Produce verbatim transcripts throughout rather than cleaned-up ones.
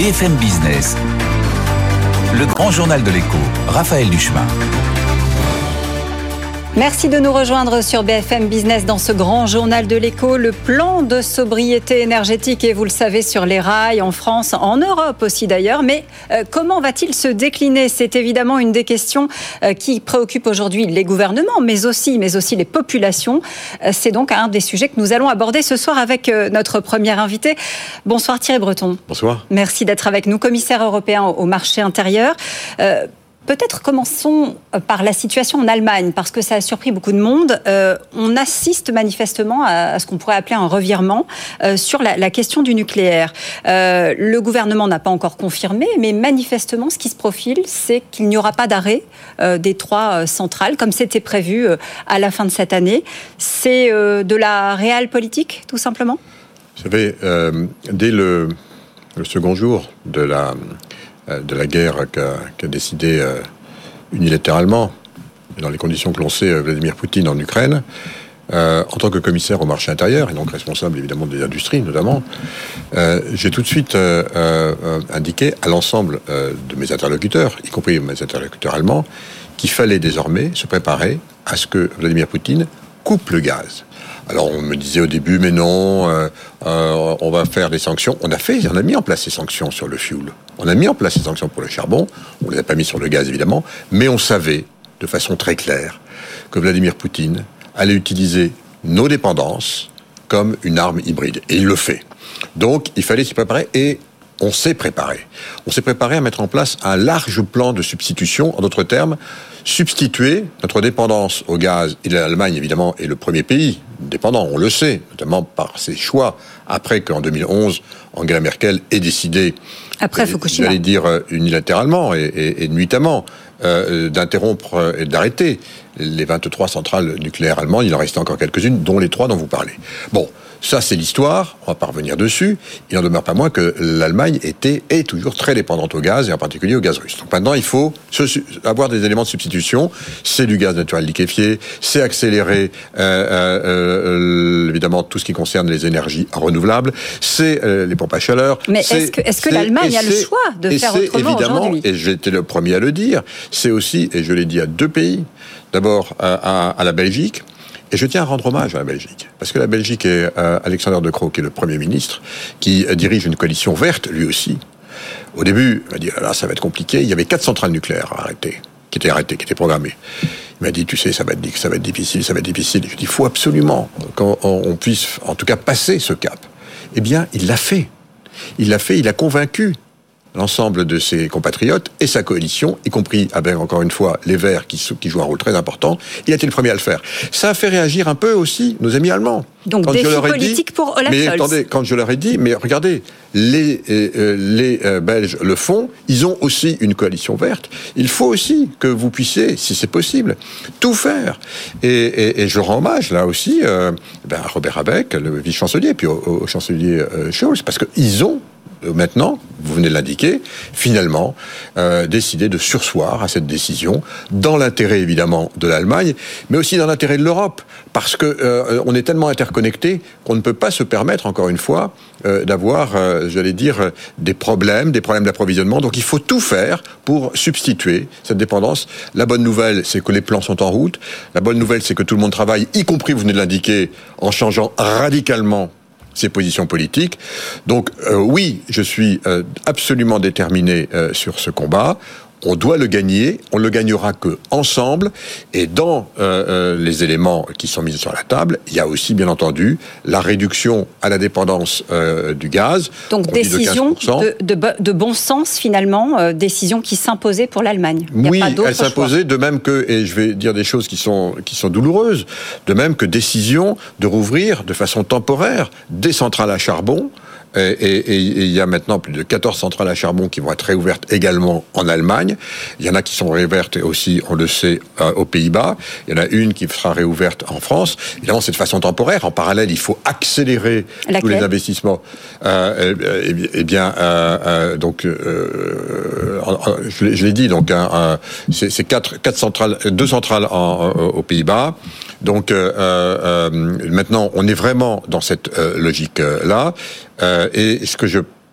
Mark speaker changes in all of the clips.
Speaker 1: F M Business, le grand journal de l'écho, Raphaël Duchemin.
Speaker 2: Merci de nous rejoindre sur B F M Business dans ce grand journal de l'écho. Le plan de sobriété énergétique est, vous le savez, sur les rails en France, en Europe aussi d'ailleurs. Mais euh, comment va-t-il se décliner ? C'est évidemment une des questions euh, qui préoccupent aujourd'hui les gouvernements, mais aussi, mais aussi les populations. Euh, c'est donc un des sujets que nous allons aborder ce soir avec euh, notre premier invité. Bonsoir Thierry Breton.
Speaker 3: Bonsoir.
Speaker 2: Merci d'être avec nous, commissaire européen au marché intérieur. Euh, Peut-être commençons par la situation en Allemagne, parce que ça a surpris beaucoup de monde. Euh, on assiste manifestement à, à ce qu'on pourrait appeler un revirement euh, sur la, la question du nucléaire. Euh, le gouvernement n'a pas encore confirmé, mais manifestement, ce qui se profile, c'est qu'il n'y aura pas d'arrêt euh, des trois euh, centrales, comme c'était prévu euh, à la fin de cette année. C'est euh, de la réelle politique, tout simplement ?
Speaker 3: Vous savez, euh, dès le, le second jour de la... de la guerre qu'a, qu'a décidé euh, unilatéralement, et dans les conditions que l'on sait, euh, Vladimir Poutine en Ukraine, euh, en tant que commissaire au marché intérieur, et donc responsable évidemment des industries notamment, euh, j'ai tout de suite euh, euh, indiqué à l'ensemble euh, de mes interlocuteurs, y compris mes interlocuteurs allemands, qu'il fallait désormais se préparer à ce que Vladimir Poutine coupe le gaz. Alors on me disait au début, mais non, euh, euh, on va faire des sanctions. On a fait, on a mis en place ces sanctions sur le fioul. On a mis en place ces sanctions pour le charbon. On ne les a pas mis sur le gaz, évidemment. Mais on savait, de façon très claire, que Vladimir Poutine allait utiliser nos dépendances comme une arme hybride. Et il le fait. Donc, il fallait s'y préparer et on s'est préparé. On s'est préparé à mettre en place un large plan de substitution. En d'autres termes, substituer notre dépendance au gaz. Et l'Allemagne, évidemment, est le premier pays dépendant, on le sait, notamment par ses choix, après qu'en deux mille onze, Angela Merkel ait décidé,
Speaker 2: après Fukushima,
Speaker 3: j'allais dire unilatéralement et, et, et nuitamment, euh, d'interrompre et d'arrêter les vingt-trois centrales nucléaires allemandes. Il en restait encore quelques-unes, dont les trois dont vous parlez. Bon, ça c'est l'histoire, on va pas revenir dessus. Il n'en demeure pas moins que l'Allemagne était et est toujours très dépendante au gaz, et en particulier au gaz russe. Donc maintenant, il faut se, avoir des éléments de substitution. C'est du gaz naturel liquéfié, c'est accélérer euh, euh, évidemment tout ce qui concerne les énergies renouvelables, c'est euh, les pompes à chaleur.
Speaker 2: Mais est-ce que, est-ce que l'Allemagne a le choix de faire autrement aujourd'hui ?
Speaker 3: Et j'étais le premier à le dire, c'est aussi, et je l'ai dit à deux pays, d'abord à, à, à la Belgique. Et je tiens à rendre hommage à la Belgique, parce que la Belgique est euh, Alexander De Croo, qui est le Premier ministre, qui euh, dirige une coalition verte, lui aussi. Au début, il m'a dit, là, ça va être compliqué. Il y avait quatre centrales nucléaires à arrêter, qui étaient arrêtées, qui étaient programmées. Il m'a dit, tu sais, ça va être, ça va être difficile, ça va être difficile. Je lui ai dit, il faut absolument qu'on on puisse, en tout cas, passer ce cap. Eh bien, il l'a fait. Il l'a fait, il a convaincu l'ensemble de ses compatriotes et sa coalition, y compris, avec encore une fois, les Verts qui, qui jouent un rôle très important. Il a été le premier à le faire. Ça a fait réagir un peu aussi nos amis allemands.
Speaker 2: Donc, défi politique pour Olaf
Speaker 3: mais
Speaker 2: Scholz.
Speaker 3: Attendez, quand je leur ai dit, mais regardez, les, euh, les euh, Belges le font, ils ont aussi une coalition verte. Il faut aussi que vous puissiez, si c'est possible, tout faire. Et, et, et je rends hommage, là aussi, euh, ben, à Robert Habeck, le vice-chancelier, puis au, au chancelier euh, Scholz, parce qu'ils ont maintenant, vous venez de l'indiquer, finalement, euh, décider de surseoir à cette décision, dans l'intérêt évidemment de l'Allemagne, mais aussi dans l'intérêt de l'Europe, parce que euh, on est tellement interconnectés qu'on ne peut pas se permettre, encore une fois, euh, d'avoir, euh, j'allais dire, des problèmes, des problèmes d'approvisionnement. Donc il faut tout faire pour substituer cette dépendance. La bonne nouvelle, c'est que les plans sont en route. La bonne nouvelle, c'est que tout le monde travaille, y compris, vous venez de l'indiquer, en changeant radicalement ses positions politiques. Donc euh, oui, je suis euh, absolument déterminé euh, sur ce combat. On doit le gagner, on le gagnera que ensemble. Et dans euh, euh, les éléments qui sont mis sur la table, il y a aussi, bien entendu, la réduction à la dépendance euh, du gaz.
Speaker 2: Donc décision de, de, de, de bon sens, finalement, euh, décision qui s'imposait pour l'Allemagne. Il
Speaker 3: oui,
Speaker 2: y a pas
Speaker 3: elle s'imposait de même que, et je vais dire des choses qui sont, qui sont douloureuses, de même que décision de rouvrir de façon temporaire des centrales à charbon. Et, et, et il y a maintenant plus de quatorze centrales à charbon qui vont être réouvertes également en Allemagne. Il y en a qui sont réouvertes aussi, on le sait, euh, aux Pays-Bas. Il y en a une qui sera réouverte en France. Évidemment, c'est de façon temporaire. En parallèle, il faut accélérer
Speaker 2: Laquelle
Speaker 3: tous les investissements. Euh, eh, eh bien, euh, euh, donc, euh, je, je l'ai dit, donc, hein, euh, c'est, c'est quatre, quatre centrales, deux centrales en, en, aux Pays-Bas. Donc, euh, euh, maintenant, on est vraiment dans cette euh, logique-là. Euh, et ce que je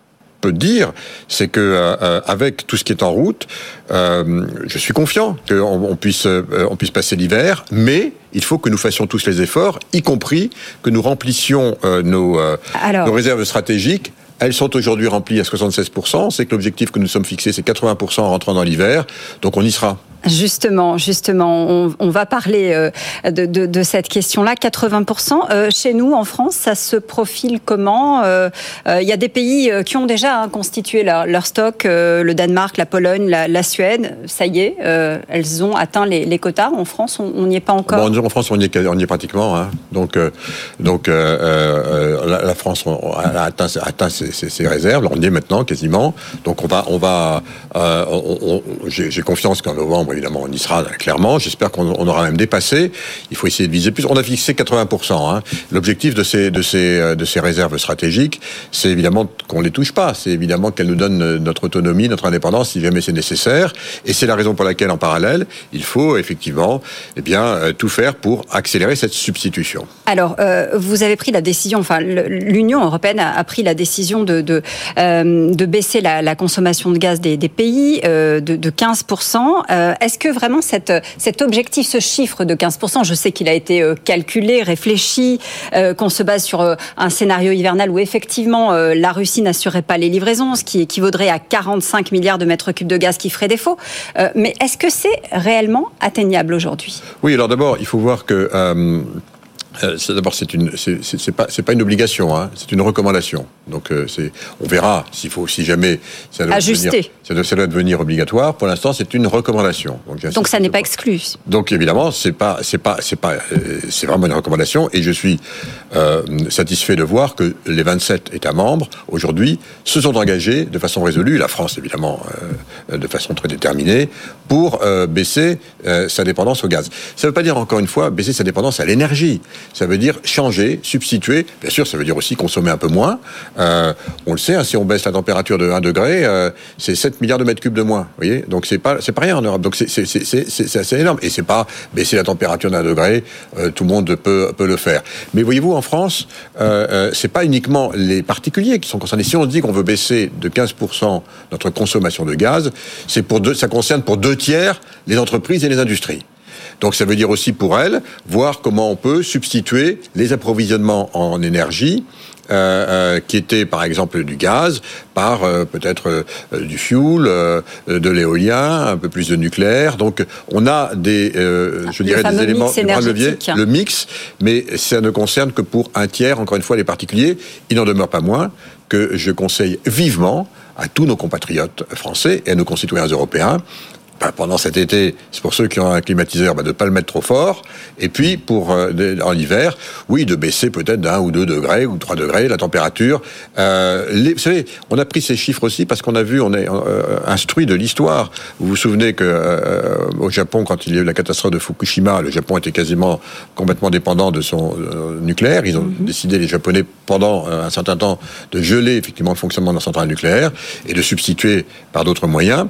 Speaker 3: peux te dire, c'est que euh, avec tout ce qui est en route, euh, je suis confiant qu'on on puisse, euh, on puisse passer l'hiver, mais il faut que nous fassions tous les efforts, y compris que nous remplissions euh, nos, euh, nos réserves stratégiques. Elles sont aujourd'hui remplies à soixante-seize pour cent. C'est que l'objectif que nous sommes fixés, c'est quatre-vingts pour cent en rentrant dans l'hiver. Donc on y sera.
Speaker 2: Justement, justement, on, on va parler euh, de, de, de cette question-là. quatre-vingts pour cent euh, chez nous, en France, ça se profile comment ? Il euh, euh, y a des pays qui ont déjà hein, constitué leur, leur stock, euh, le Danemark, la Pologne, la, la Suède. Ça y est, euh, elles ont atteint les, les quotas. En France, on n'y est pas encore.
Speaker 3: Bon, en France, on y est, on y est pratiquement. Hein. Donc, euh, donc euh, euh, la, la France on, a atteint, a atteint ses, ses, ses réserves. On y est maintenant quasiment. Donc on va, on va. Euh, on, on, j'ai, j'ai confiance qu'en novembre, évidemment, on y sera clairement. J'espère qu'on on aura même dépassé. Il faut essayer de viser plus. On a fixé quatre-vingts pour cent. Hein. L'objectif de ces, de ces, de ces réserves stratégiques, c'est évidemment qu'on les touche pas. C'est évidemment qu'elles nous donnent notre autonomie, notre indépendance, si jamais c'est nécessaire. Et c'est la raison pour laquelle, en parallèle, il faut effectivement, eh bien, tout faire pour accélérer cette substitution.
Speaker 2: Alors, euh, vous avez pris la décision. Enfin, l'Union européenne a, a pris la décision de, de, euh, de baisser la, la consommation de gaz des, des pays euh, de, de quinze pour cent. Euh, est-ce que vraiment cette, cet objectif, ce chiffre de quinze pour cent, je sais qu'il a été euh, calculé, réfléchi, euh, qu'on se base sur euh, un scénario hivernal où effectivement euh, la Russie n'assurerait pas les livraisons, ce qui équivaudrait à quarante-cinq milliards de mètres cubes de gaz qui ferait défaut. Euh, mais est-ce que c'est réellement atteignable aujourd'hui ?
Speaker 3: Oui, alors d'abord, il faut voir que... Euh Euh, c'est, d'abord, c'est une, c'est, c'est, c'est pas, c'est pas une obligation, hein, c'est une recommandation. Donc, euh, c'est, on verra s'il faut, si jamais ça doit
Speaker 2: ajuster,
Speaker 3: devenir, ça doit, ça doit devenir obligatoire. Pour l'instant, c'est une recommandation.
Speaker 2: Donc, Donc ça n'est pas exclu.
Speaker 3: Donc, évidemment, c'est pas, c'est pas, c'est pas, euh, c'est vraiment une recommandation. Et je suis euh, satisfait de voir que les vingt-sept États membres aujourd'hui se sont engagés de façon résolue, la France évidemment euh, de façon très déterminée, pour euh, baisser euh, sa dépendance au gaz. Ça ne veut pas dire encore une fois baisser sa dépendance à l'énergie. Ça veut dire changer, substituer. Bien sûr, ça veut dire aussi consommer un peu moins. Euh, on le sait, hein, si on baisse la température de un degré, euh, c'est sept milliards de mètres cubes de moins. Vous voyez, donc c'est pas, c'est pas rien en Europe. Donc c'est, c'est, c'est, c'est, c'est assez énorme. Et c'est pas baisser la température d'un degré. Euh, tout le monde peut, peut le faire. Mais voyez-vous, en France, euh, euh, c'est pas uniquement les particuliers qui sont concernés. Si on dit qu'on veut baisser de quinze pour cent notre consommation de gaz, c'est pour deux, ça concerne pour deux tiers les entreprises et les industries. Donc ça veut dire aussi pour elles, voir comment on peut substituer les approvisionnements en énergie, euh, euh, qui étaient par exemple du gaz, par euh, peut-être euh, du fuel, euh, de l'éolien, un peu plus de nucléaire. Donc on a des, euh, je
Speaker 2: le
Speaker 3: dirais des éléments
Speaker 2: du bras de levier,
Speaker 3: le mix, mais ça ne concerne que pour un tiers, encore une fois, les particuliers. Il n'en demeure pas moins que je conseille vivement à tous nos compatriotes français et à nos concitoyens européens, pendant cet été, c'est pour ceux qui ont un climatiseur, bah, de ne pas le mettre trop fort. Et puis, pour euh, de, en hiver, oui, de baisser peut-être d'un ou deux degrés ou trois degrés la température. Euh, les, vous savez, on a pris ces chiffres aussi parce qu'on a vu, on est euh, instruit de l'histoire. Vous vous souvenez que euh, au Japon, quand il y a eu la catastrophe de Fukushima, le Japon était quasiment complètement dépendant de son euh, nucléaire. Ils ont mm-hmm. décidé, les Japonais, pendant euh, un certain temps, de geler effectivement le fonctionnement de la centrale nucléaire et de substituer par d'autres moyens.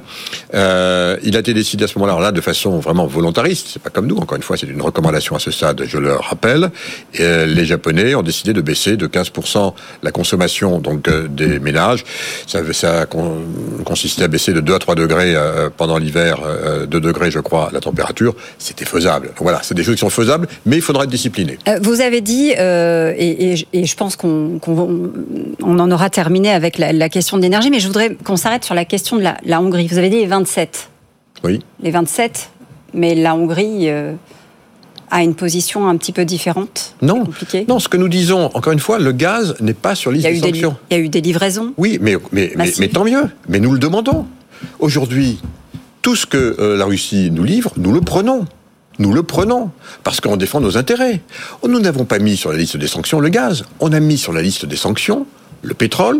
Speaker 3: Euh, il a été décidé à ce moment-là, là, de façon vraiment volontariste. C'est pas comme nous, encore une fois, c'est une recommandation à ce stade, je le rappelle. Et, euh, les Japonais ont décidé de baisser de quinze pour cent la consommation donc euh, des ménages. Ça, ça a con, consisté à baisser de deux à trois degrés euh, pendant l'hiver, euh, deux degrés, je crois, la température. C'était faisable. Donc voilà, c'est des choses qui sont faisables, mais il faudra être discipliné.
Speaker 2: Euh, vous avez dit, euh, et, et, et je pense qu'on, qu'on on en aura terminé avec la, la question de l'énergie, mais je voudrais qu'on s'arrête sur la question de la, la Hongrie. Vous avez dit les vingt-sept.
Speaker 3: Oui.
Speaker 2: Les vingt-sept, mais la Hongrie euh, a une position un petit peu différente.
Speaker 3: Non, non, ce que nous disons, encore une fois, le gaz n'est pas sur liste des sanctions.
Speaker 2: Il y a eu des livraisons.
Speaker 3: Oui, mais, mais, mais, mais tant mieux. Mais nous le demandons. Aujourd'hui, tout ce que euh, la Russie nous livre, nous le prenons. Nous le prenons, parce qu'on défend nos intérêts. Nous n'avons pas mis sur la liste des sanctions le gaz. On a mis sur la liste des sanctions le pétrole,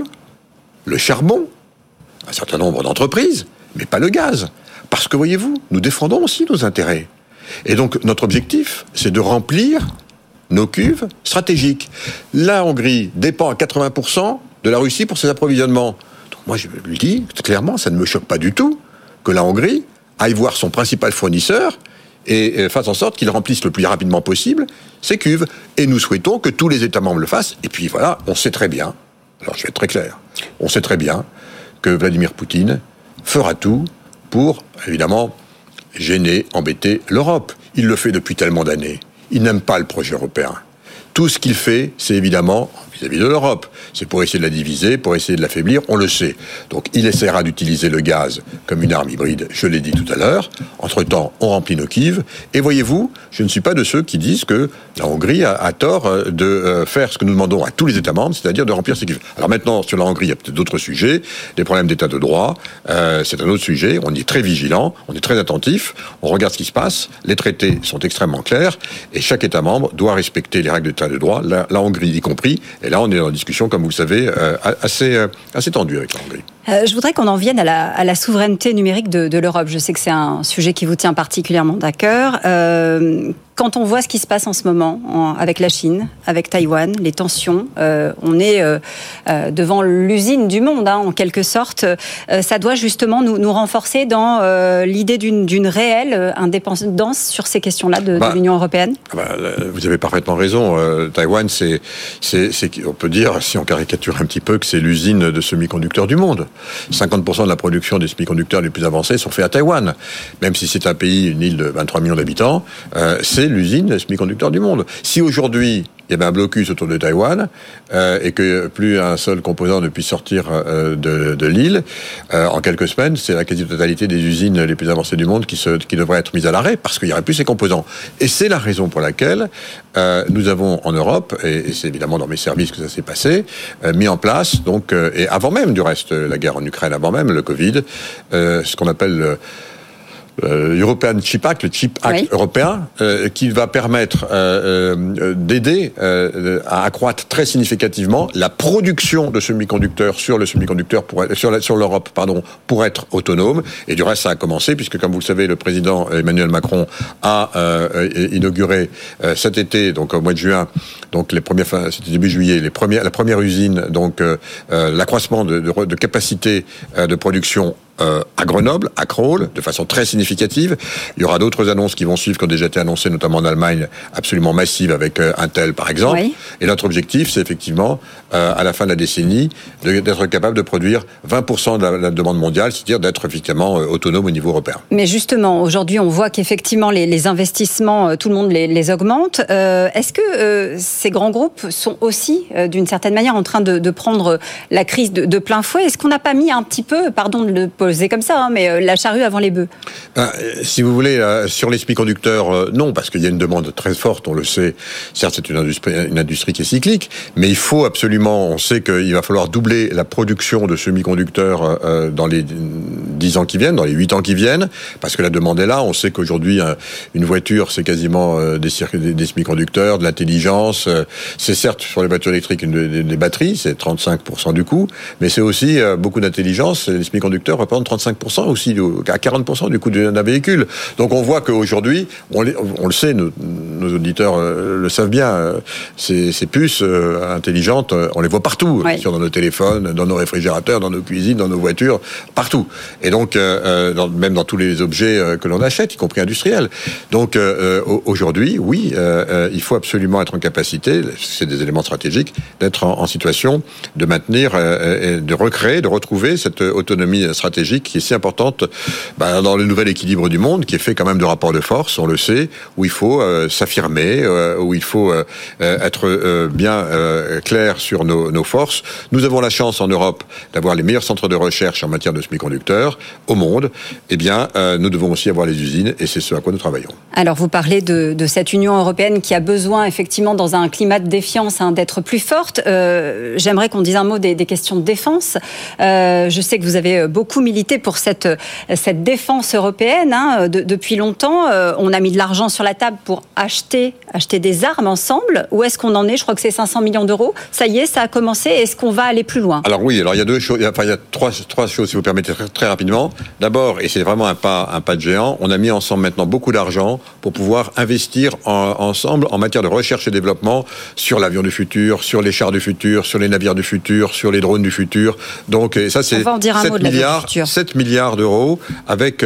Speaker 3: le charbon, un certain nombre d'entreprises, mais pas le gaz. Parce que, voyez-vous, nous défendons aussi nos intérêts. Et donc, notre objectif, c'est de remplir nos cuves stratégiques. La Hongrie dépend à quatre-vingts pour cent de la Russie pour ses approvisionnements. Donc, moi, je le dis clairement, ça ne me choque pas du tout que la Hongrie aille voir son principal fournisseur et fasse en sorte qu'il remplisse le plus rapidement possible ses cuves. Et nous souhaitons que tous les États membres le fassent. Et puis, voilà, on sait très bien, alors je vais être très clair, on sait très bien que Vladimir Poutine fera tout pour, évidemment, gêner, embêter l'Europe. Il le fait depuis tellement d'années. Il n'aime pas le projet européen. Tout ce qu'il fait, c'est évidemment vis-à-vis de l'Europe. C'est pour essayer de la diviser, pour essayer de l'affaiblir, on le sait. Donc il essaiera d'utiliser le gaz comme une arme hybride, je l'ai dit tout à l'heure. Entre-temps, on remplit nos cuves. Et voyez-vous, je ne suis pas de ceux qui disent que la Hongrie a, a tort de faire ce que nous demandons à tous les États membres, c'est-à-dire de remplir ses cuves. Alors maintenant, sur la Hongrie, il y a peut-être d'autres sujets, des problèmes d'état de droit, euh, c'est un autre sujet. On est très vigilant, on est très attentif, on regarde ce qui se passe. Les traités sont extrêmement clairs et chaque État membre doit respecter les règles d'état de droit, la, la Hongrie y compris. Et là, on est dans une discussion, comme vous le savez, euh, assez, euh, assez tendue avec la Hongrie.
Speaker 2: Euh, je voudrais qu'on en vienne à la, à la souveraineté numérique de, de l'Europe. Je sais que c'est un sujet qui vous tient particulièrement à cœur. Euh, quand on voit ce qui se passe en ce moment en, avec la Chine, avec Taïwan, les tensions, euh, on est euh, euh, devant l'usine du monde, hein, en quelque sorte. Euh, ça doit justement nous, nous renforcer dans euh, l'idée d'une, d'une réelle indépendance sur ces questions-là de, bah, de l'Union européenne.
Speaker 3: Bah, vous avez parfaitement raison. Euh, Taïwan, c'est, c'est, c'est, on peut dire, si on caricature un petit peu, que c'est l'usine de semi-conducteurs du monde. cinquante pour cent de la production des semi-conducteurs les plus avancés sont faits à Taïwan. Même si c'est un pays, une île de vingt-trois millions d'habitants, euh, c'est l'usine des semi-conducteurs du monde. Si aujourd'hui, il y avait un blocus autour de Taïwan euh, et que plus un seul composant ne puisse sortir euh, de, de l'île, euh, en quelques semaines, c'est la quasi-totalité des usines les plus avancées du monde qui, se, qui devraient être mises à l'arrêt parce qu'il n'y aurait plus ces composants. Et c'est la raison pour laquelle euh, nous avons en Europe, et, et c'est évidemment dans mes services que ça s'est passé, euh, mis en place, donc, euh, et avant même du reste, la guerre en Ukraine, avant même le Covid, euh, ce qu'on appelle... Euh, Euh, European Chip Act, le Chip Act oui. européen, euh, qui va permettre euh, euh, d'aider euh, à accroître très significativement la production de semi-conducteurs sur le semi-conducteur pour sur, la, sur l'Europe, pardon, pour être autonome. Et du reste, ça a commencé puisque, comme vous le savez, le président Emmanuel Macron a euh, inauguré euh, cet été, donc au mois de juin, donc les premiers, enfin, c'était début juillet, les premières, la première usine, donc euh, euh, l'accroissement de, de, de capacité euh, de production. Euh, à Grenoble, à Crolles, de façon très significative. Il y aura d'autres annonces qui vont suivre, qui ont déjà été annoncées, notamment en Allemagne, absolument massives, avec euh, Intel, par exemple. Oui. Et notre objectif, c'est effectivement, euh, à la fin de la décennie, de, d'être capable de produire vingt pour cent de la, la demande mondiale, c'est-à-dire d'être effectivement euh, autonome au niveau européen.
Speaker 2: Mais justement, aujourd'hui, on voit qu'effectivement, les, les investissements, euh, tout le monde les, les augmente. Euh, est-ce que euh, ces grands groupes sont aussi, euh, d'une certaine manière, en train de, de prendre la crise de, de plein fouet ? Est-ce qu'on n'a pas mis un petit peu, pardon de le c'est comme ça, hein, mais euh, la charrue avant les bœufs.
Speaker 3: Ben, si vous voulez, euh, sur les semi-conducteurs, euh, non, parce qu'il y a une demande très forte, on le sait. Certes, c'est une industrie, une industrie qui est cyclique, mais il faut absolument, on sait qu'il va falloir doubler la production de semi-conducteurs euh, dans les dix ans qui viennent, dans les huit ans qui viennent, parce que la demande est là. On sait qu'aujourd'hui, euh, une voiture, c'est quasiment euh, des, des, des semi-conducteurs, de l'intelligence. Euh, c'est certes, sur les voitures électriques, une, des, des batteries, c'est trente-cinq pour cent du coût, mais c'est aussi euh, beaucoup d'intelligence. Les semi-conducteurs trente-cinq pour cent aussi, à quarante pour cent du coût d'un véhicule. Donc on voit qu'aujourd'hui, on, on le sait, nos, nos auditeurs euh, le savent bien, euh, ces, ces puces euh, intelligentes, euh, on les voit partout, oui. Sur dans nos téléphones, dans nos réfrigérateurs, dans nos cuisines, dans nos voitures, partout. Et donc, euh, dans, même dans tous les objets euh, que l'on achète, y compris industriels. Donc euh, aujourd'hui, oui, euh, euh, il faut absolument être en capacité, c'est des éléments stratégiques, d'être en, en situation de maintenir, euh, et de recréer, de retrouver cette autonomie stratégique qui est si importante bah, dans le nouvel équilibre du monde, qui est fait quand même de rapports de force, on le sait, où il faut euh, s'affirmer, euh, où il faut euh, être euh, bien euh, clair sur nos, nos forces. Nous avons la chance en Europe d'avoir les meilleurs centres de recherche en matière de semi-conducteurs au monde. Eh bien, euh, nous devons aussi avoir les usines, et c'est ce à quoi nous travaillons.
Speaker 2: Alors, vous parlez de, de cette Union européenne qui a besoin, effectivement, dans un climat de défiance, hein, d'être plus forte. Euh, j'aimerais qu'on dise un mot des, des questions de défense. Euh, je sais que vous avez beaucoup milité pour cette, cette défense européenne, hein, de, depuis longtemps. Euh, on a mis de l'argent sur la table pour acheter, acheter des armes ensemble. Où est-ce qu'on en est ? Je crois que c'est cinq cents millions d'euros. Ça y est, ça a commencé. Est-ce qu'on va aller plus loin ?
Speaker 3: Alors oui, alors il y a deux choses, enfin il y a trois, trois choses, si vous permettez, très, très rapidement. D'abord, et c'est vraiment un pas, un pas de géant, on a mis ensemble maintenant beaucoup d'argent pour pouvoir investir en, ensemble en matière de recherche et développement sur l'avion du futur, sur les chars du futur, sur les navires du futur, sur les drones du futur. Donc et ça, c'est sept milliards, sept milliards d'euros avec euh,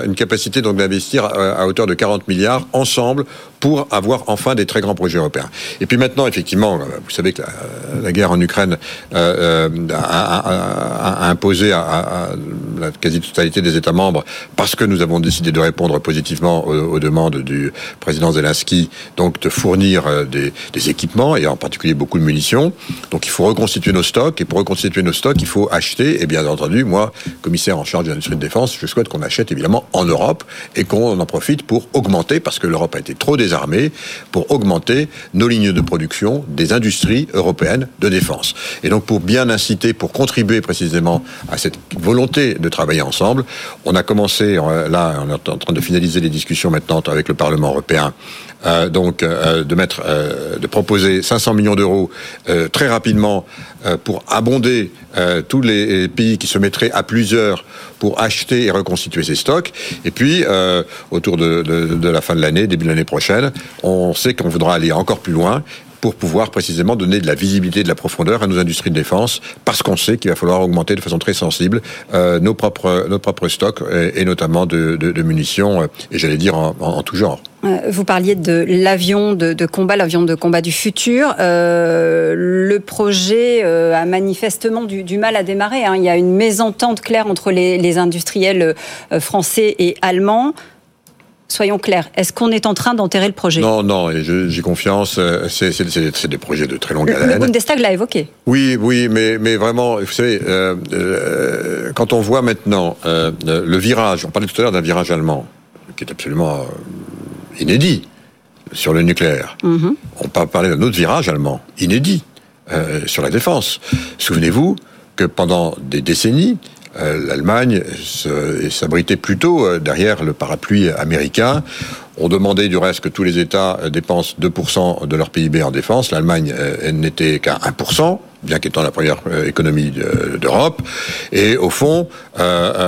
Speaker 3: une capacité donc d'investir à, à hauteur de quarante milliards ensemble pour avoir enfin des très grands projets européens. Et puis maintenant, effectivement, vous savez que la, la guerre en Ukraine euh, a, a, a imposé à, à la quasi-totalité des États membres, parce que nous avons décidé de répondre positivement aux, aux demandes du président Zelensky, donc de fournir des, des équipements, et en particulier beaucoup de munitions. Donc il faut reconstituer nos stocks, et pour reconstituer nos stocks, il faut acheter, et bien entendu, moi, commissaire en charge de l'industrie de défense, je souhaite qu'on achète évidemment en Europe, et qu'on en profite pour augmenter, parce que l'Europe a été trop désarmée, pour augmenter nos lignes de production des industries européennes de défense. Et donc pour bien inciter, pour contribuer précisément à cette volonté de travailler ensemble, on a commencé, là on est en train de finaliser les discussions maintenant avec le Parlement européen, Euh, donc euh, de mettre, euh, de proposer cinq cents millions d'euros euh, très rapidement euh, pour abonder euh, tous les pays qui se mettraient à plusieurs pour acheter et reconstituer ces stocks. Et puis euh, autour de, de, de la fin de l'année, début de l'année prochaine, on sait qu'on voudra aller encore plus loin pour pouvoir précisément donner de la visibilité, de la profondeur à nos industries de défense, parce qu'on sait qu'il va falloir augmenter de façon très sensible euh, nos propres nos propres stocks et, et notamment de, de, de munitions, euh, et j'allais dire en, en, en tout genre.
Speaker 2: Vous parliez de l'avion de, de combat, l'avion de combat du futur. Euh, le projet euh, a manifestement du, du mal à démarrer, hein. Il y a une mésentente claire entre les, les industriels euh, français et allemands. Soyons clairs, est-ce qu'on est en train d'enterrer le projet ?
Speaker 3: Non, non, et je, j'ai confiance, c'est, c'est, c'est, c'est des projets de très longue haleine.
Speaker 2: Le Bundestag l'a évoqué.
Speaker 3: Oui, oui, mais, mais vraiment, vous savez, euh, euh, quand on voit maintenant euh, le virage, on parlait tout à l'heure d'un virage allemand, qui est absolument euh, inédit sur le nucléaire. Mm-hmm. On peut parler d'un autre virage allemand, inédit, euh, sur la défense. Souvenez-vous que pendant des décennies, Euh, l'Allemagne se, s'abritait plutôt derrière le parapluie américain. On demandait du reste que tous les États dépensent deux pour cent de leur P I B en défense. L'Allemagne elle n'était qu'à un pour cent, bien qu'étant la première économie d'Europe. Et au fond, euh,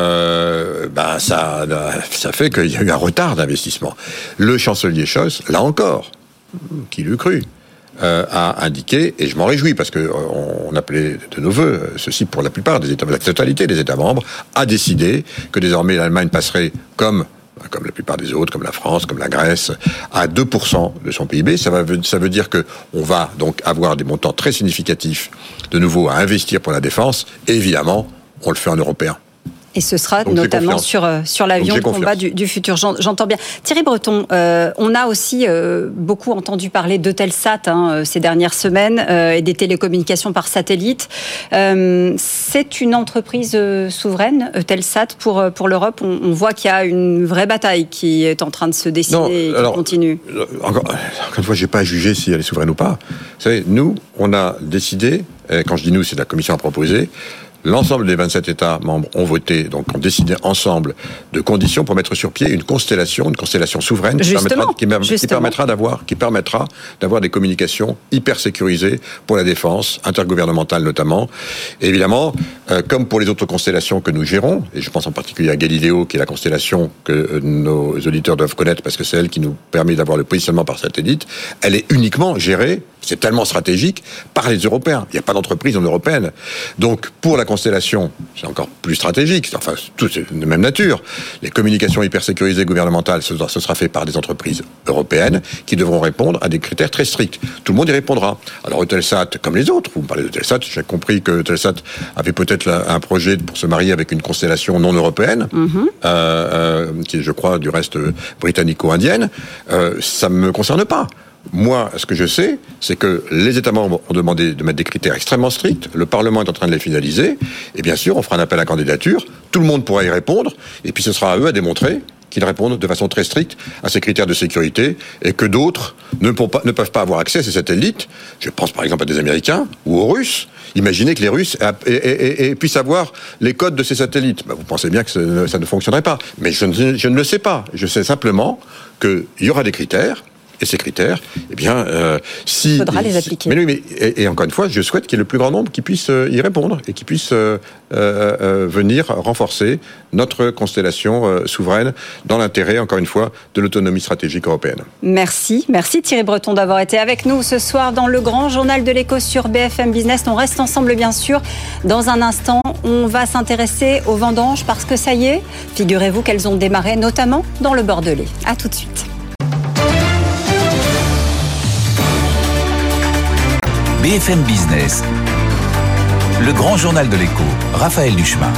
Speaker 3: euh, ben ça, ça fait qu'il y a eu un retard d'investissement. Le chancelier Scholz, là encore, qui l'eût cru, Euh, a indiqué, et je m'en réjouis parce que euh, on appelait de nos voeux, ceci pour la plupart des États, la totalité des États membres, a décidé que désormais l'Allemagne passerait comme comme la plupart des autres, comme la France, comme la Grèce, à deux pour cent de son P I B. Ça, va, ça veut dire que on va donc avoir des montants très significatifs de nouveau à investir pour la défense, et évidemment, on le fait en européen.
Speaker 2: Et ce sera donc notamment sur, sur l'avion de combat du, du futur. J'entends bien. Thierry Breton, euh, on a aussi euh, beaucoup entendu parler d'Eutelsat hein, ces dernières semaines euh, et des télécommunications par satellite. Euh, c'est une entreprise euh, souveraine, Eutelsat, pour, pour l'Europe. On, on voit qu'il y a une vraie bataille qui est en train de se dessiner non, et qui alors, continue.
Speaker 3: Encore, encore une fois, je n'ai pas à juger si elle est souveraine ou pas. Vous savez, nous, on a décidé, et quand je dis nous, c'est la Commission a proposé, l'ensemble des vingt-sept États membres ont voté, donc ont décidé ensemble de conditions pour mettre sur pied une constellation, une constellation souveraine qui permettra, qui, qui permettra d'avoir, qui permettra d'avoir des communications hyper sécurisées pour la défense, intergouvernementale notamment. Et évidemment, euh, comme pour les autres constellations que nous gérons, et je pense en particulier à Galileo, qui est la constellation que euh, nos auditeurs doivent connaître parce que c'est elle qui nous permet d'avoir le positionnement par satellite, elle est uniquement gérée, c'est tellement stratégique, par les Européens. Il n'y a pas d'entreprise non européenne. Donc, pour la constellation, c'est encore plus stratégique, enfin, tout c'est de même nature. Les communications hyper sécurisées gouvernementales, ce, ce sera fait par des entreprises européennes qui devront répondre à des critères très stricts. Tout le monde y répondra. Alors, Eutelsat, comme les autres, vous me parlez d'Eutelsat, j'ai compris que Eutelsat avait peut-être un projet pour se marier avec une constellation non européenne, mm-hmm. euh, euh, qui est, je crois, du reste britannico-indienne. Euh, ça ne me concerne pas. Moi, ce que je sais, c'est que les États membres ont demandé de mettre des critères extrêmement stricts. Le Parlement est en train de les finaliser. Et bien sûr, on fera un appel à candidature. Tout le monde pourra y répondre. Et puis, ce sera à eux à démontrer qu'ils répondent de façon très stricte à ces critères de sécurité et que d'autres ne, pas, ne peuvent pas avoir accès à ces satellites. Je pense par exemple à des Américains ou aux Russes. Imaginez que les Russes a, et, et, et puissent avoir les codes de ces satellites. Ben, vous pensez bien que ça, ça ne fonctionnerait pas. Mais je ne, je ne le sais pas. Je sais simplement qu'il y aura des critères. Et ces critères, eh bien, euh, si...
Speaker 2: Il faudra les appliquer.
Speaker 3: Mais oui, mais, et, et encore une fois, je souhaite qu'il y ait le plus grand nombre qui puisse euh, y répondre et qui puisse euh, euh, euh, venir renforcer notre constellation euh, souveraine dans l'intérêt, encore une fois, de l'autonomie stratégique européenne.
Speaker 2: Merci. Merci Thierry Breton d'avoir été avec nous ce soir dans le grand journal de l'écho sur B F M Business. On reste ensemble, bien sûr. Dans un instant, on va s'intéresser aux vendanges parce que ça y est, figurez-vous qu'elles ont démarré notamment dans le Bordelais. À tout de suite.
Speaker 1: B F M Business, le grand journal de l'écho, Raphaël Duchemin.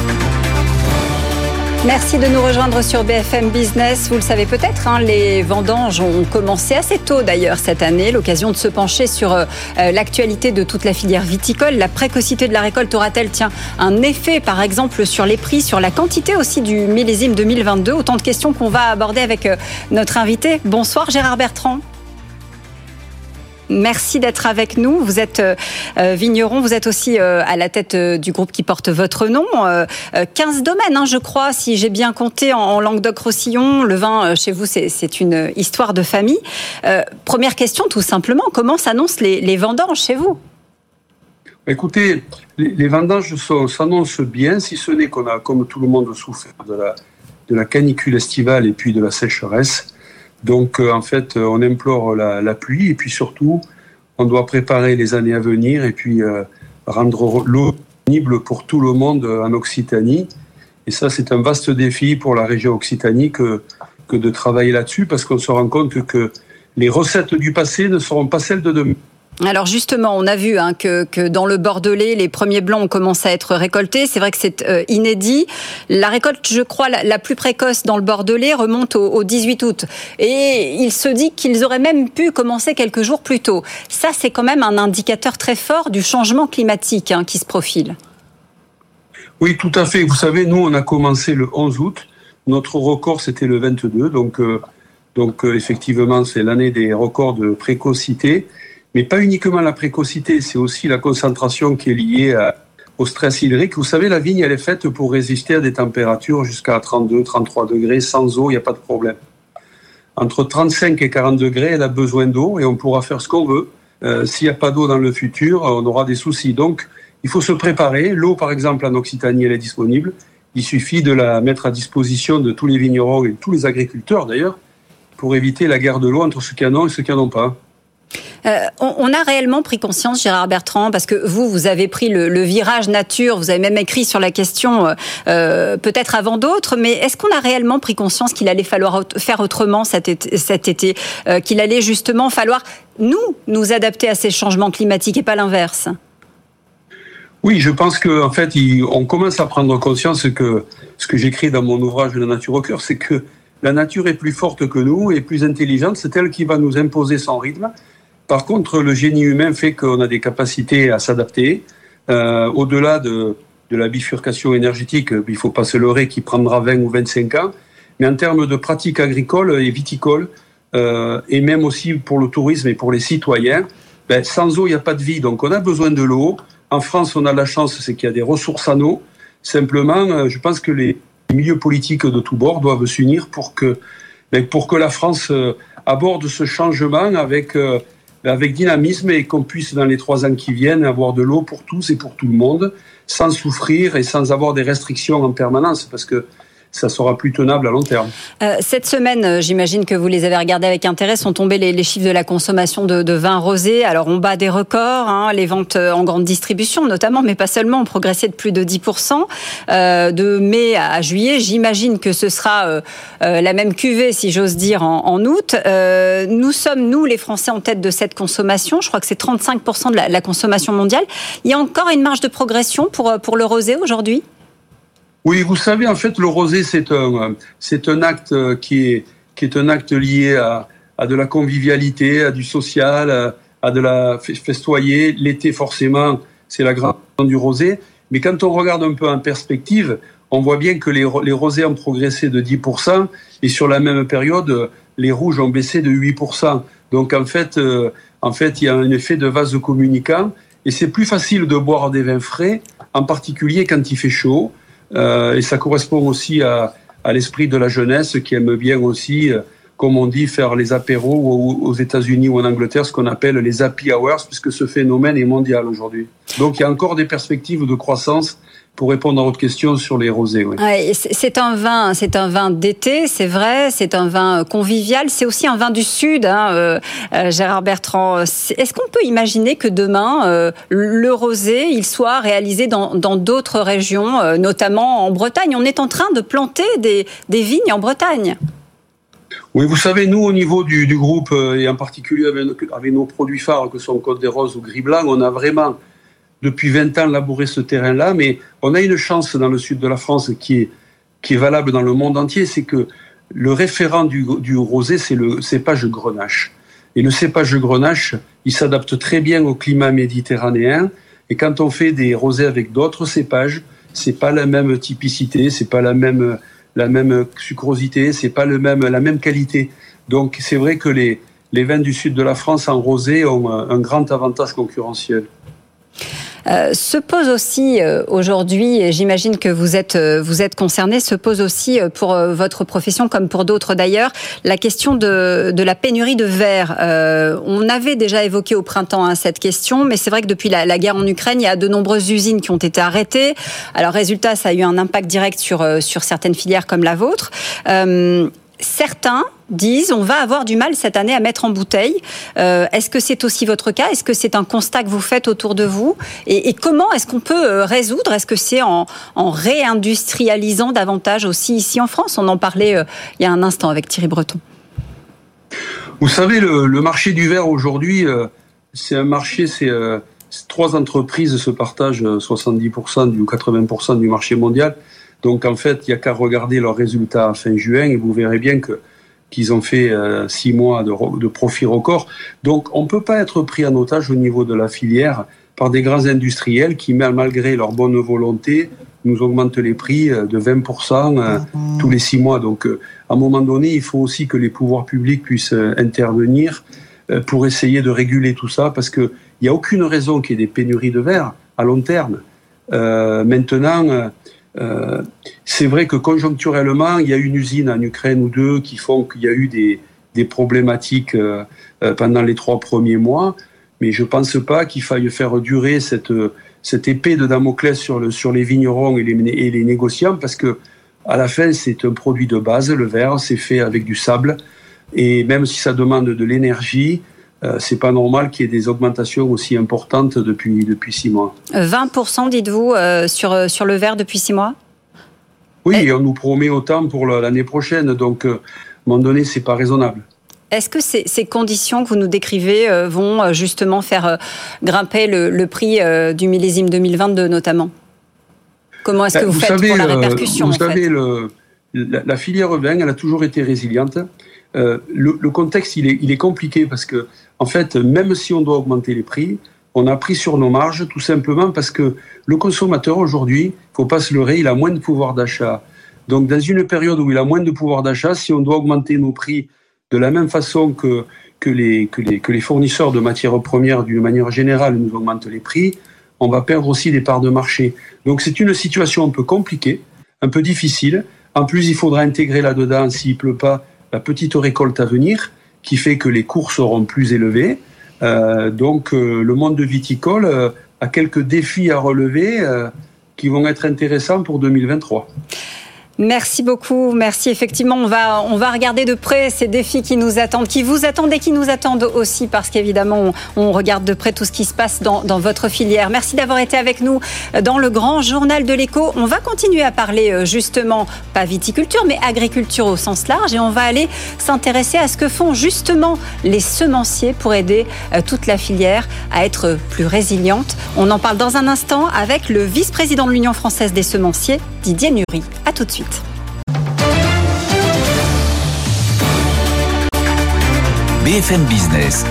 Speaker 2: Merci de nous rejoindre sur B F M Business. Vous le savez peut-être, hein, les vendanges ont commencé assez tôt d'ailleurs cette année. L'occasion de se pencher sur euh, l'actualité de toute la filière viticole. La précocité de la récolte aura-t-elle tiens, un effet par exemple sur les prix, sur la quantité aussi du millésime deux mille vingt-deux? Autant de questions qu'on va aborder avec euh, notre invité. Bonsoir Gérard Bertrand. Merci d'être avec nous. Vous êtes euh, vigneron, vous êtes aussi euh, à la tête euh, du groupe qui porte votre nom. Euh, quinze domaines, hein, je crois, si j'ai bien compté en, en Languedoc-Roussillon. Le vin, euh, chez vous, c'est, c'est une histoire de famille. Euh, première question, tout simplement, comment s'annoncent les, les vendanges chez vous?
Speaker 4: Écoutez, les, les vendanges sont, s'annoncent bien, si ce n'est qu'on a, comme tout le monde, souffert de la, de la canicule estivale et puis de la sécheresse. Donc, euh, en fait, on implore la, la pluie et puis surtout, on doit préparer les années à venir et puis euh, rendre l'eau disponible pour tout le monde en Occitanie. Et ça, c'est un vaste défi pour la région Occitanie que, que de travailler là-dessus parce qu'on se rend compte que les recettes du passé ne seront pas celles de demain.
Speaker 2: Alors justement, on a vu hein, que, que dans le Bordelais, les premiers blancs ont commencé à être récoltés. C'est vrai que c'est euh, inédit. La récolte, je crois, la, la plus précoce dans le Bordelais remonte au, au dix-huit août. Et il se dit qu'ils auraient même pu commencer quelques jours plus tôt. Ça, c'est quand même un indicateur très fort du changement climatique hein, qui se profile.
Speaker 4: Oui, tout à fait. Vous savez, nous, on a commencé le onze août. Notre record, c'était le vingt-deux. Donc, euh, donc euh, effectivement, c'est l'année des records de précocité. Mais pas uniquement la précocité, c'est aussi la concentration qui est liée à, au stress hydrique. Vous savez, la vigne, elle est faite pour résister à des températures jusqu'à trente-deux, trente-trois degrés. Sans eau, il n'y a pas de problème. Entre trente-cinq et quarante degrés, elle a besoin d'eau et on pourra faire ce qu'on veut. Euh, s'il n'y a pas d'eau dans le futur, on aura des soucis. Donc, il faut se préparer. L'eau, par exemple, en Occitanie, elle est disponible. Il suffit de la mettre à disposition de tous les vignerons et tous les agriculteurs, d'ailleurs, pour éviter la guerre de l'eau entre ceux qui en ont et ceux qui n'en ont pas.
Speaker 2: Euh, on, on a réellement pris conscience, Gérard Bertrand, parce que vous, vous avez pris le, le virage nature, vous avez même écrit sur la question, euh, peut-être avant d'autres, mais est-ce qu'on a réellement pris conscience qu'il allait falloir faire autrement cet été, cet été euh, qu'il allait justement falloir, nous, nous adapter à ces changements climatiques et pas l'inverse?
Speaker 4: Oui, je pense qu'en fait, il, on commence à prendre conscience que ce que j'écris dans mon ouvrage « La nature au cœur », c'est que la nature est plus forte que nous et plus intelligente, c'est elle qui va nous imposer son rythme. Par contre, le génie humain fait qu'on a des capacités à s'adapter. Euh, au-delà de, de la bifurcation énergétique, il ne faut pas se leurrer qui prendra vingt ou vingt-cinq ans. Mais en termes de pratiques agricoles et viticoles, euh, et même aussi pour le tourisme et pour les citoyens, ben, sans eau, il n'y a pas de vie. Donc on a besoin de l'eau. En France, on a la chance, c'est qu'il y a des ressources en eau. Simplement, je pense que les milieux politiques de tous bords doivent s'unir pour que, ben, pour que la France aborde ce changement avec... Euh, avec dynamisme et qu'on puisse, dans les trois ans qui viennent, avoir de l'eau pour tous et pour tout le monde, sans souffrir et sans avoir des restrictions en permanence, parce que ça sera plus tenable à long terme.
Speaker 2: Euh, cette semaine, j'imagine que vous les avez regardés avec intérêt, sont tombés les, les chiffres de la consommation de, de vin rosé. Alors, on bat des records, hein, les ventes en grande distribution notamment, mais pas seulement, ont progressé de plus de dix pour cent. Euh, de mai à juillet, j'imagine que ce sera euh, euh, la même cuvée, si j'ose dire, en, en août. Euh, nous sommes, nous, les Français, en tête de cette consommation. Je crois que c'est trente-cinq pour cent de la, la consommation mondiale. Il y a encore une marge de progression pour, pour le rosé aujourd'hui ?
Speaker 4: Oui, vous savez, en fait, le rosé, c'est un, c'est un acte qui est, qui est un acte lié à, à de la convivialité, à du social, à, à de la festoyer. L'été, forcément, c'est la grande du rosé. Mais quand on regarde un peu en perspective, on voit bien que les, les rosés ont progressé de dix pour cent et sur la même période, les rouges ont baissé de huit pour cent. Donc, en fait, euh, en fait, il y a un effet de vase communicant et c'est plus facile de boire des vins frais, en particulier quand il fait chaud. Euh, et ça correspond aussi à, à l'esprit de la jeunesse qui aime bien aussi euh, comme on dit, faire les apéros ou aux États-Unis ou en Angleterre, ce qu'on appelle les happy hours, puisque ce phénomène est mondial aujourd'hui. Donc il y a encore des perspectives de croissance. Pour répondre à votre question sur les rosés, oui.
Speaker 2: Ouais, c'est un vin, c'est un vin d'été, c'est vrai. C'est un vin convivial. C'est aussi un vin du Sud, hein, euh, euh, Gérard Bertrand. Est-ce qu'on peut imaginer que demain euh, le rosé, il soit réalisé dans dans d'autres régions, euh, notamment en Bretagne? On est en train de planter des des vignes en Bretagne.
Speaker 4: Oui, vous savez, nous, au niveau du, du groupe, euh, et en particulier avec, avec nos produits phares, que sont Côte des Roses ou Gris Blanc, on a vraiment depuis vingt ans labouré ce terrain-là, mais on a une chance dans le sud de la France qui est, qui est valable dans le monde entier, c'est que le référent du, du rosé, c'est le cépage Grenache. Et le cépage Grenache, il s'adapte très bien au climat méditerranéen, et quand on fait des rosés avec d'autres cépages, c'est pas la même typicité, c'est pas la même, la même sucrosité, c'est pas le même, la même qualité. Donc c'est vrai que les, les vins du sud de la France en rosé ont un grand avantage concurrentiel.
Speaker 2: Euh, se pose aussi euh, aujourd'hui, et j'imagine que vous êtes euh, vous êtes concerné, se pose aussi euh, pour euh, votre profession comme pour d'autres d'ailleurs, la question de de la pénurie de verre. Euh, on avait déjà évoqué au printemps hein, cette question, mais c'est vrai que depuis la, la guerre en Ukraine, il y a de nombreuses usines qui ont été arrêtées. Alors résultat, ça a eu un impact direct sur euh, sur certaines filières comme la vôtre. Euh, Certains disent on va avoir du mal cette année à mettre en bouteille. Euh, est-ce que c'est aussi votre cas? Est-ce que c'est un constat que vous faites autour de vous? Et, et comment est-ce qu'on peut résoudre? Est-ce que c'est en, en réindustrialisant davantage aussi ici en France? On en parlait euh, il y a un instant avec Thierry Breton.
Speaker 4: Vous savez, le, le marché du verre aujourd'hui, euh, c'est un marché, c'est euh, trois entreprises se partagent soixante-dix pour cent ou quatre-vingts pour cent du marché mondial. Donc en fait, il n'y a qu'à regarder leurs résultats fin juin et vous verrez bien que qu'ils ont fait euh, six mois de, de profit record. Donc on ne peut pas être pris en otage au niveau de la filière par des grands industriels qui, malgré leur bonne volonté, nous augmentent les prix de vingt pour cent euh, mmh. tous les six mois. Donc euh, à un moment donné, il faut aussi que les pouvoirs publics puissent euh, intervenir euh, pour essayer de réguler tout ça, parce qu'il n'y a aucune raison qu'il y ait des pénuries de verre à long terme. Euh, maintenant... Euh, Euh, c'est vrai que conjoncturellement, il y a une usine en Ukraine ou deux qui font qu'il y a eu des, des problématiques euh, euh, pendant les trois premiers mois, mais je pense pas qu'il faille faire durer cette, cette épée de Damoclès sur, le, sur les vignerons et les, et les négociants, parce que à la fin, c'est un produit de base, le verre, c'est fait avec du sable, et même si ça demande de l'énergie, Euh, c'est pas normal qu'il y ait des augmentations aussi importantes depuis, depuis six mois.
Speaker 2: vingt pour cent, dites-vous, euh, sur, sur le verre depuis six mois?
Speaker 4: Oui, et on nous promet autant pour l'année prochaine, donc euh, à un moment donné, c'est pas raisonnable.
Speaker 2: Est-ce que ces, ces conditions que vous nous décrivez euh, vont justement faire euh, grimper le, le prix euh, du millésime deux mille vingt-deux notamment? Comment est-ce que vous, vous faites savez, pour la répercussion?
Speaker 4: Vous
Speaker 2: en
Speaker 4: savez,
Speaker 2: fait
Speaker 4: le, la, la filière vin, elle a toujours été résiliente. Euh, le, le contexte, il est, il est compliqué parce que, en fait, même si on doit augmenter les prix, on a pris sur nos marges tout simplement parce que le consommateur aujourd'hui, il faut pas se leurrer, il a moins de pouvoir d'achat. Donc, dans une période où il a moins de pouvoir d'achat, si on doit augmenter nos prix de la même façon que, que, les, que, les, que les fournisseurs de matières premières, d'une manière générale, nous augmentent les prix, on va perdre aussi des parts de marché. Donc, c'est une situation un peu compliquée, un peu difficile. En plus, il faudra intégrer là-dedans, s'il pleut pas, la petite récolte à venir, qui fait que les cours seront plus élevés. Euh, donc, euh, le monde viticole euh, a quelques défis à relever euh, qui vont être intéressants pour deux mille vingt-trois.
Speaker 2: Merci beaucoup, merci. Effectivement, on va, on va regarder de près ces défis qui nous attendent, qui vous attendent et qui nous attendent aussi, parce qu'évidemment, on, on regarde de près tout ce qui se passe dans, dans votre filière. Merci d'avoir été avec nous dans le grand journal de l'écho. On va continuer à parler justement, pas viticulture, mais agriculture au sens large, et on va aller s'intéresser à ce que font justement les semenciers pour aider toute la filière à être plus résiliente. On en parle dans un instant avec le vice-président de l'Union française des semenciers, Didier Nury. À tout de suite.
Speaker 1: B F M Business,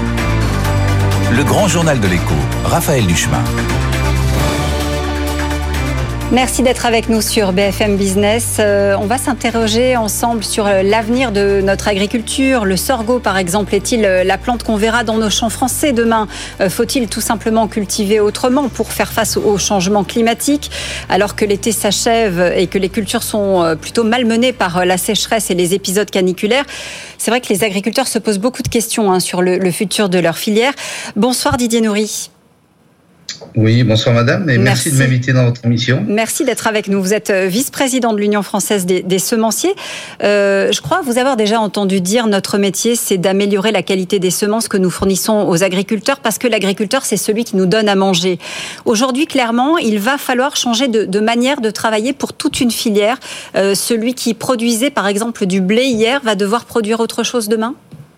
Speaker 1: le grand journal de l'écho, Raphaël Duchemin.
Speaker 2: Merci d'être avec nous sur B F M Business. Euh, on va s'interroger ensemble sur l'avenir de notre agriculture. Le sorgho, par exemple, est-il la plante qu'on verra dans nos champs français demain ? euh, Faut-il tout simplement cultiver autrement pour faire face au changement climatique ? Alors que l'été s'achève et que les cultures sont plutôt malmenées par la sécheresse et les épisodes caniculaires, c'est vrai que les agriculteurs se posent beaucoup de questions hein, sur le, le futur de leur filière. Bonsoir Didier Noury.
Speaker 5: Oui, bonsoir madame, et merci, merci de m'inviter dans votre émission.
Speaker 2: Merci d'être avec nous. Vous êtes vice-président de l'Union française des, des semenciers. Euh, je crois vous avoir déjà entendu dire notre métier, c'est d'améliorer la qualité des semences que nous fournissons aux agriculteurs, parce que l'agriculteur, c'est celui qui nous donne à manger. Aujourd'hui, clairement, il va falloir changer de, de manière de travailler pour toute une filière. Euh, celui qui produisait, par exemple, du blé hier, va devoir produire autre chose demain ?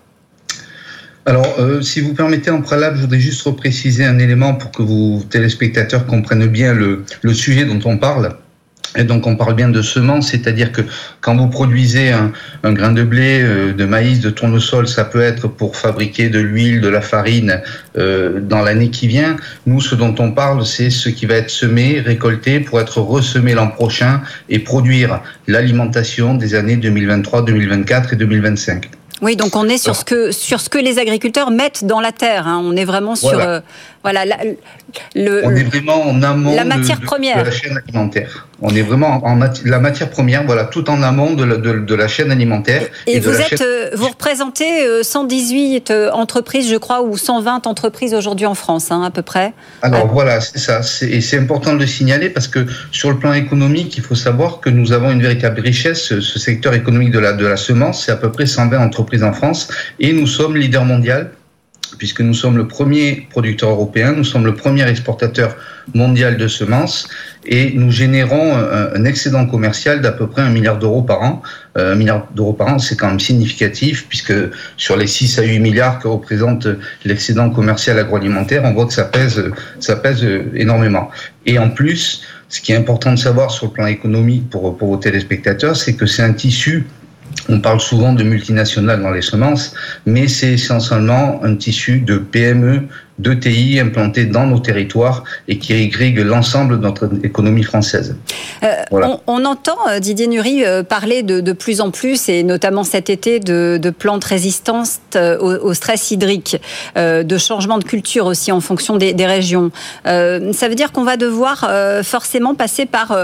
Speaker 5: Alors, euh, si vous permettez, en préalable, je voudrais juste repréciser un élément pour que vous, téléspectateurs, comprennent bien le, le sujet dont on parle. Et donc, on parle bien de semences, c'est-à-dire que quand vous produisez un, un grain de blé, euh, de maïs, de tournesol, ça peut être pour fabriquer de l'huile, de la farine euh, dans l'année qui vient. Nous, ce dont on parle, c'est ce qui va être semé, récolté pour être ressemé l'an prochain et produire l'alimentation des années deux mille vingt-trois, deux mille vingt-quatre et deux mille vingt-cinq.
Speaker 2: Oui, donc on est sur ce que sur ce que les agriculteurs mettent dans la terre. Hein. On est vraiment sur voilà, euh, voilà la, le,
Speaker 5: on est vraiment en amont
Speaker 2: la matière
Speaker 5: de,
Speaker 2: première
Speaker 5: de la chaîne alimentaire. On est vraiment en mati- la matière première, voilà, tout en amont de la, de, de la chaîne alimentaire.
Speaker 2: Et, et
Speaker 5: de
Speaker 2: vous
Speaker 5: la
Speaker 2: êtes,
Speaker 5: chaîne...
Speaker 2: euh, vous représentez cent dix-huit entreprises, je crois, ou cent vingt entreprises aujourd'hui en France, hein, à peu près.
Speaker 5: Alors
Speaker 2: ah.
Speaker 5: voilà, c'est ça. C'est, et c'est important de le signaler parce que sur le plan économique, il faut savoir que nous avons une véritable richesse. Ce, ce secteur économique de la de la semence, c'est à peu près cent vingt entreprises en France, et nous sommes leader mondial, puisque nous sommes le premier producteur européen, nous sommes le premier exportateur mondial de semences, et nous générons un, un excédent commercial d'à peu près un milliard d'euros par an. Euh, un milliard d'euros par an, c'est quand même significatif, puisque sur les six à huit milliards que représente l'excédent commercial agroalimentaire, on voit que ça pèse, ça pèse énormément. Et en plus, ce qui est important de savoir sur le plan économique pour, pour vos téléspectateurs, c'est que c'est un tissu. On parle souvent de multinationales dans les semences, mais c'est essentiellement un tissu de P M E, de T I implantés dans nos territoires et qui irrigue l'ensemble de notre économie française.
Speaker 2: Euh,
Speaker 5: voilà.
Speaker 2: on, on entend Didier Noury parler de, de plus en plus, et notamment cet été, de, de plantes résistantes au, au stress hydrique, euh, de changement de culture aussi en fonction des, des régions. Euh, ça veut dire qu'on va devoir euh, forcément passer par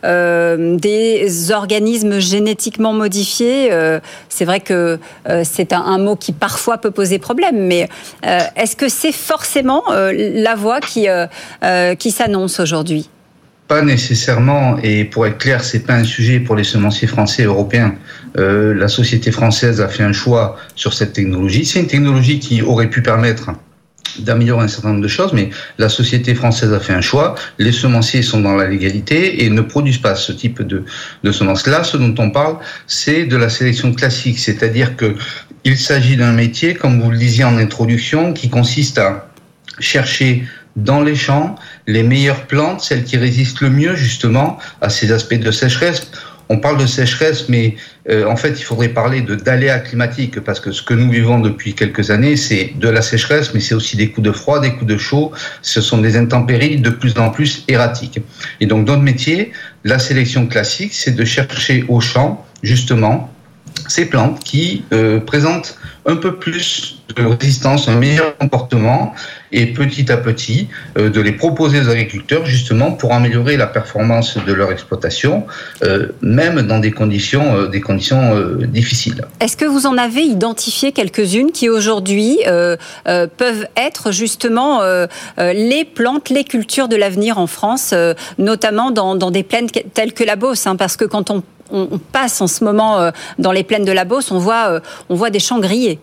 Speaker 2: euh, des organismes génétiquement modifiés. Euh, c'est vrai que euh, c'est un, un mot qui parfois peut poser problème, mais euh, est-ce que c'est forcément forcément euh, la voie qui, euh, euh, qui s'annonce aujourd'hui?
Speaker 5: Pas nécessairement, et pour être clair, c'est pas un sujet pour les semenciers français et européens. Euh, la société française a fait un choix sur cette technologie. C'est une technologie qui aurait pu permettre d'améliorer un certain nombre de choses, mais la société française a fait un choix. Les semenciers sont dans la légalité et ne produisent pas ce type de, de semences. Là, ce dont on parle, c'est de la sélection classique, c'est-à-dire que il s'agit d'un métier, comme vous le disiez en introduction, qui consiste à chercher dans les champs les meilleures plantes, celles qui résistent le mieux justement à ces aspects de sécheresse. On parle de sécheresse, mais euh, en fait, il faudrait parler de d'aléas climatiques, parce que ce que nous vivons depuis quelques années, c'est de la sécheresse, mais c'est aussi des coups de froid, des coups de chaud. Ce sont des intempéries de plus en plus erratiques. Et donc, notre métier, la sélection classique, c'est de chercher au champ, justement, ces plantes qui euh, présentent un peu plus de résistance, un meilleur comportement, et petit à petit euh, de les proposer aux agriculteurs justement pour améliorer la performance de leur exploitation, euh, même dans des conditions, euh, des conditions euh, difficiles.
Speaker 2: Est-ce que vous en avez identifié quelques-unes qui aujourd'hui euh, euh, peuvent être justement euh, euh, les plantes, les cultures de l'avenir en France, euh, notamment dans, dans des plaines telles que la Beauce, hein, parce que quand on on passe en ce moment euh, dans les plaines de la Beauce, on voit, euh, on voit des champs grillés.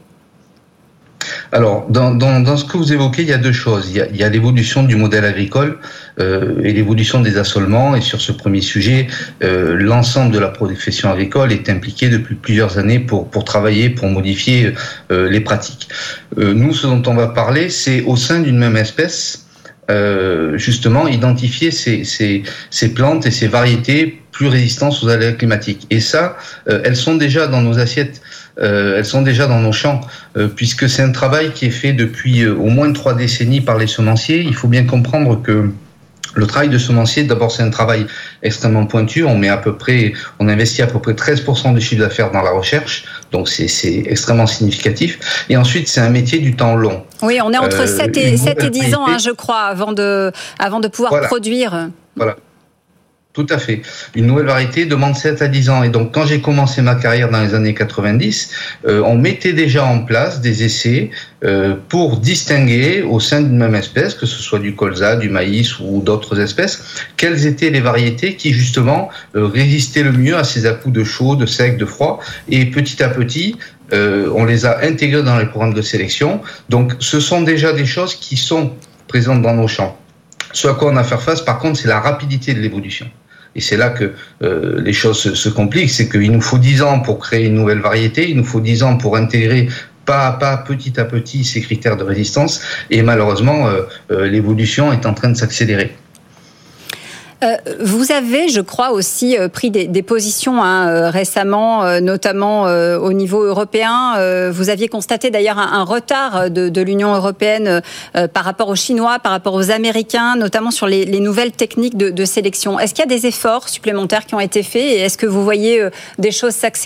Speaker 5: Alors, dans, dans, dans ce que vous évoquez, il y a deux choses. Il y a, il y a l'évolution du modèle agricole euh, et l'évolution des assolements. Et sur ce premier sujet, euh, l'ensemble de la profession agricole est impliqué depuis plusieurs années pour, pour travailler, pour modifier euh, les pratiques. Euh, nous, ce dont on va parler, c'est au sein d'une même espèce, euh, justement, identifier ces, ces, ces plantes et ces variétés plus résistantes aux aléas climatiques. Et ça, euh, elles sont déjà dans nos assiettes. Euh, elles sont déjà dans nos champs, euh, puisque c'est un travail qui est fait depuis euh, au moins trois décennies par les semenciers. Il faut bien comprendre que Le travail de semencier, d'abord, c'est un travail extrêmement pointu. On met à peu près, on investit à peu près treize pour cent du chiffre d'affaires dans la recherche. Donc, c'est, c'est extrêmement significatif. Et ensuite, c'est un métier du temps long.
Speaker 2: Oui, on est entre euh, sept et dix ans, hein, je crois, avant de, avant de pouvoir
Speaker 5: voilà.
Speaker 2: produire.
Speaker 5: Voilà. Tout à fait. Une nouvelle variété demande sept à dix ans. Et donc, quand j'ai commencé ma carrière dans les années quatre-vingt-dix, euh, on mettait déjà en place des essais euh, pour distinguer au sein d'une même espèce, que ce soit du colza, du maïs ou d'autres espèces, quelles étaient les variétés qui, justement, euh, résistaient le mieux à ces à-coups de chaud, de sec, de froid. Et petit à petit, euh, on les a intégrés dans les programmes de sélection. Donc, ce sont déjà des choses qui sont présentes dans nos champs. Ce à quoi on a à faire face, par contre, c'est la rapidité de l'évolution. Et c'est là que euh, les choses se, se compliquent, c'est qu'il nous faut dix ans pour créer une nouvelle variété, il nous faut dix ans pour intégrer pas à pas, petit à petit, ces critères de résistance, et malheureusement, euh, euh, l'évolution est en train de s'accélérer.
Speaker 2: Euh, vous avez, je crois, aussi euh, pris des, des positions hein, euh, récemment, euh, notamment euh, au niveau européen. Euh, vous aviez constaté d'ailleurs un, un retard de, de l'Union européenne euh, par rapport aux Chinois, par rapport aux Américains, notamment sur les, les nouvelles techniques de, de sélection. Est-ce qu'il y a des efforts supplémentaires qui ont été faits et est-ce que vous voyez euh, des choses s'accélérer ?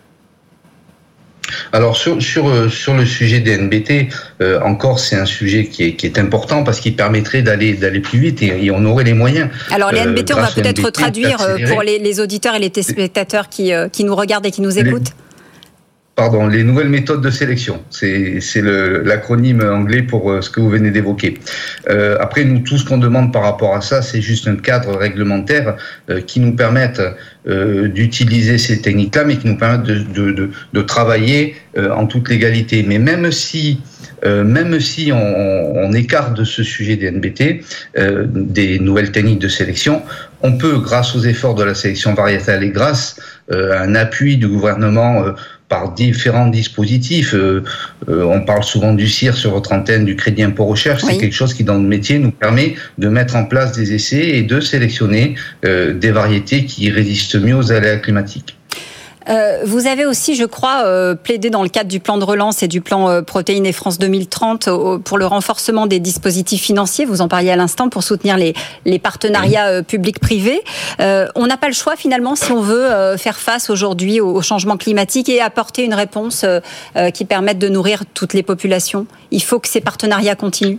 Speaker 5: Alors sur sur sur le sujet des N B T, euh, encore c'est un sujet qui est qui est important parce qu'il permettrait d'aller d'aller plus vite et, et on aurait les moyens.
Speaker 2: Alors les N B T, euh, on va peut-être N B T, traduire pour les, les auditeurs et les téléspectateurs qui euh, qui nous regardent et qui nous écoutent. Les...
Speaker 5: Pardon, les nouvelles méthodes de sélection. C'est, c'est le, l'acronyme anglais pour ce que vous venez d'évoquer. Euh, après, nous, tout ce qu'on demande par rapport à ça, c'est juste un cadre réglementaire euh, qui nous permette euh, d'utiliser ces techniques-là, mais qui nous permette de, de, de, de travailler euh, en toute légalité. Mais même si, euh, même si on, on écarte de ce sujet des N B T, euh, des nouvelles techniques de sélection, on peut, grâce aux efforts de la sélection variétale et grâce euh, à un appui du gouvernement euh, par différents dispositifs. Euh, euh, on parle souvent du C I R sur votre antenne, du crédit impôt recherche. Oui. C'est quelque chose qui, dans le métier, nous permet de mettre en place des essais et de sélectionner euh, des variétés qui résistent mieux aux aléas climatiques.
Speaker 2: Euh, vous avez aussi, je crois, euh, plaidé dans le cadre du plan de relance et du plan euh, Protéines et France deux mille trente euh, pour le renforcement des dispositifs financiers. Vous en parliez à l'instant pour soutenir les, les partenariats euh, publics-privés. Euh, on n'a pas le choix finalement si on veut euh, faire face aujourd'hui au, au changement climatique et apporter une réponse euh, euh, qui permette de nourrir toutes les populations. Il faut que ces partenariats continuent.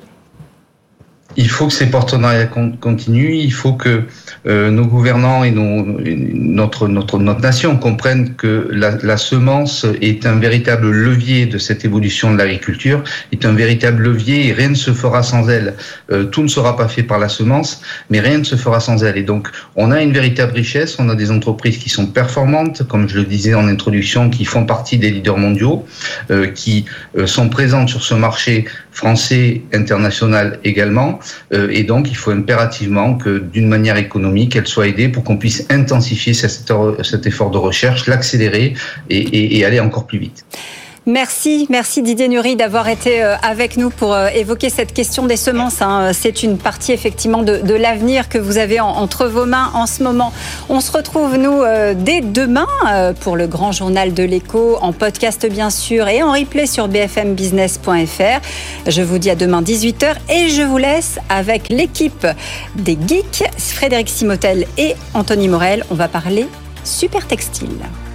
Speaker 5: Il faut que ces partenariats continuent, il faut que euh, nos gouvernants et, nos, et notre, notre, notre nation comprennent que la, la semence est un véritable levier de cette évolution de l'agriculture, est un véritable levier et rien ne se fera sans elle. Euh, tout ne sera pas fait par la semence, mais rien ne se fera sans elle. Et donc, on a une véritable richesse, on a des entreprises qui sont performantes, comme je le disais en introduction, qui font partie des leaders mondiaux, euh, qui euh, sont présentes sur ce marché français, international également. Euh, et donc, il faut impérativement que, d'une manière économique, elle soit aidée pour qu'on puisse intensifier cet, cet effort de recherche, l'accélérer et, et, et aller encore plus vite.
Speaker 2: Merci, merci Didier Nury d'avoir été avec nous pour évoquer cette question des semences. C'est une partie effectivement de, de l'avenir que vous avez en, entre vos mains en ce moment. On se retrouve nous dès demain pour le grand journal de l'écho, en podcast bien sûr et en replay sur b f m business point f r. Je vous dis à demain dix-huit heures et je vous laisse avec l'équipe des geeks, Frédéric Simotel et Anthony Morel. On va parler super textile.